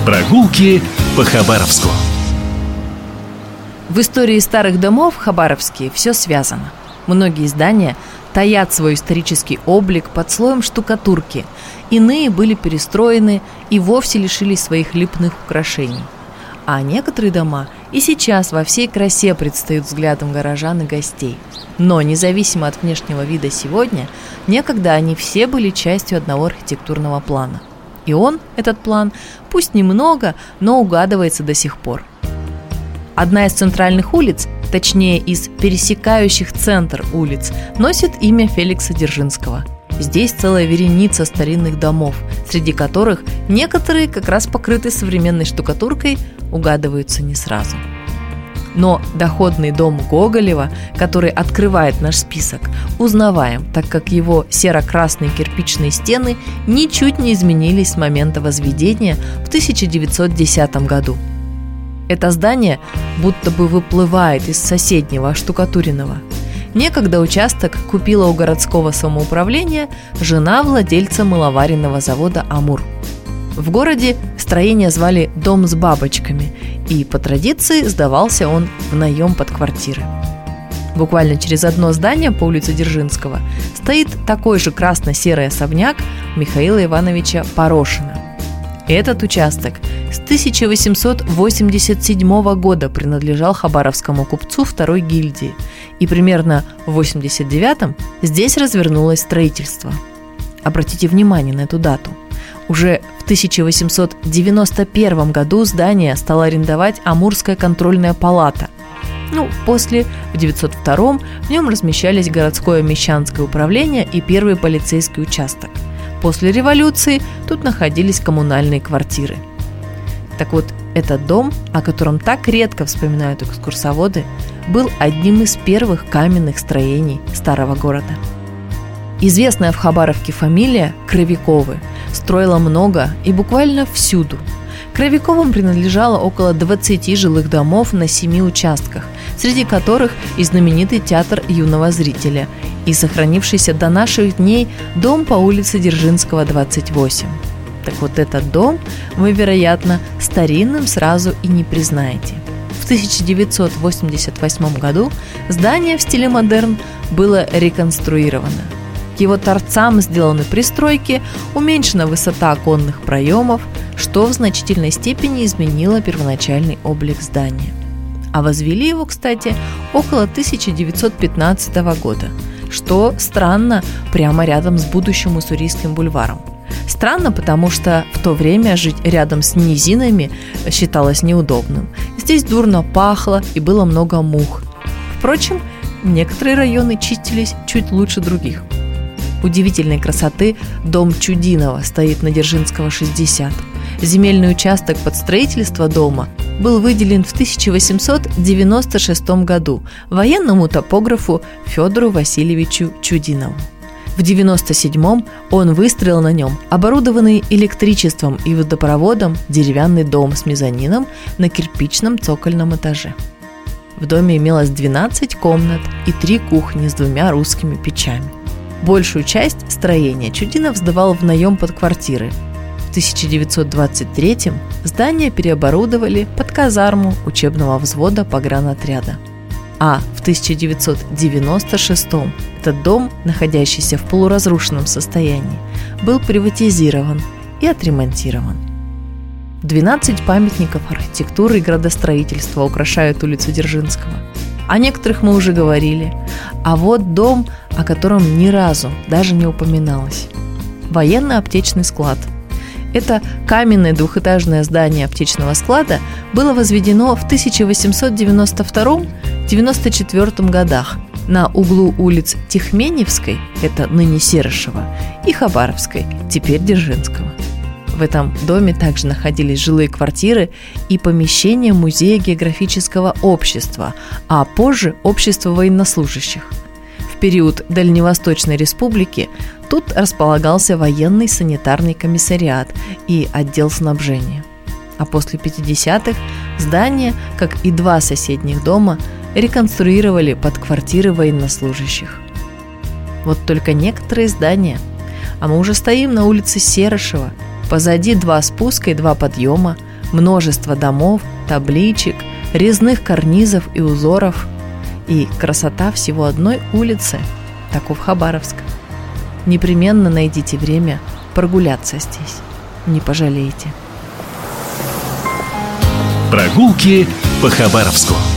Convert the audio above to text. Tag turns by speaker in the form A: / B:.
A: Прогулки по Хабаровску.
B: В истории старых домов в Хабаровске все связано. Многие здания таят свой исторический облик под слоем штукатурки. Иные были перестроены и вовсе лишились своих лепных украшений. А некоторые дома и сейчас во всей красе предстают взглядом горожан и гостей. Но независимо от внешнего вида сегодня, некогда они все были частью одного архитектурного плана. И он, этот план, пусть немного, но угадывается до сих пор. Одна из центральных улиц, точнее из пересекающих центр улиц, носит имя Феликса Дзержинского. Здесь целая вереница старинных домов, среди которых некоторые как раз покрыты современной штукатуркой, угадываются не сразу. Но доходный дом Гоголева, который открывает наш список, узнаваем, так как его серо-красные кирпичные стены ничуть не изменились с момента возведения в 1910 году. Это здание будто бы выплывает из соседнего оштукатуренного. Некогда участок купила у городского самоуправления жена владельца мыловаренного завода «Амур». В городе строение звали «Дом с бабочками», и по традиции сдавался он в наем под квартиры. Буквально через одно здание по улице Дзержинского стоит такой же красно-серый особняк Михаила Ивановича Порошина. Этот участок с 1887 года принадлежал хабаровскому купцу второй гильдии, и примерно в 1989-м здесь развернулось строительство. Обратите внимание на эту дату. Уже в 1891 году здание стала арендовать Амурская контрольная палата. После, в 1902 в нем размещались городское мещанское управление и первый полицейский участок. После революции тут находились коммунальные квартиры. Так вот, этот дом, о котором так редко вспоминают экскурсоводы, был одним из первых каменных строений старого города. Известная в Хабаровке фамилия Кровяковы строила много и буквально всюду. Кровяковым принадлежало около 20 жилых домов на 7 участках, среди которых и знаменитый театр юного зрителя, и сохранившийся до наших дней дом по улице Дзержинского, 28. Так вот, этот дом вы, вероятно, старинным сразу и не признаете. В 1988 году здание в стиле модерн было реконструировано. К его торцам сделаны пристройки, уменьшена высота оконных проемов, что в значительной степени изменило первоначальный облик здания. А возвели его, кстати, около 1915 года, что странно прямо рядом с будущим Уссурийским бульваром. Странно, потому что в то время жить рядом с низинами считалось неудобным. Здесь дурно пахло и было много мух. Впрочем, некоторые районы чистились чуть лучше других. Удивительной красоты дом Чудинова стоит на Дзержинского, 60. Земельный участок под строительство дома был выделен в 1896 году военному топографу Федору Васильевичу Чудинову. В 1997 он выстроил на нем оборудованный электричеством и водопроводом деревянный дом с мезонином на кирпичном цокольном этаже. В доме имелось 12 комнат и 3 кухни с 2 русскими печами. Большую часть строения Чудинов сдавал в наем под квартиры. В 1923 здание переоборудовали под казарму учебного взвода погранотряда. А в 1996 этот дом, находящийся в полуразрушенном состоянии, был приватизирован и отремонтирован. 12 памятников архитектуры и градостроительства украшают улицу Дзержинского. О некоторых мы уже говорили. А вот дом, о котором ни разу даже не упоминалось. Военно-аптечный склад. Это каменное двухэтажное здание аптечного склада было возведено в 1892-94 годах на углу улиц Тихменевской, это ныне Серышева, и Хабаровской, теперь Дзержинского. В этом доме также находились жилые квартиры и помещения Музея географического общества, а позже Общества военнослужащих. В период Дальневосточной республики тут располагался военный санитарный комиссариат и отдел снабжения. А после 50-х здание, как и 2 соседних дома, реконструировали под квартиры военнослужащих. Вот только некоторые здания, а мы уже стоим на улице Серышева, позади 2 спуска и 2 подъема, Множество домов, табличек, резных карнизов и узоров. И красота всего одной улицы. Таков Хабаровск. Непременно найдите время прогуляться здесь. Не пожалеете.
A: Прогулки по Хабаровску.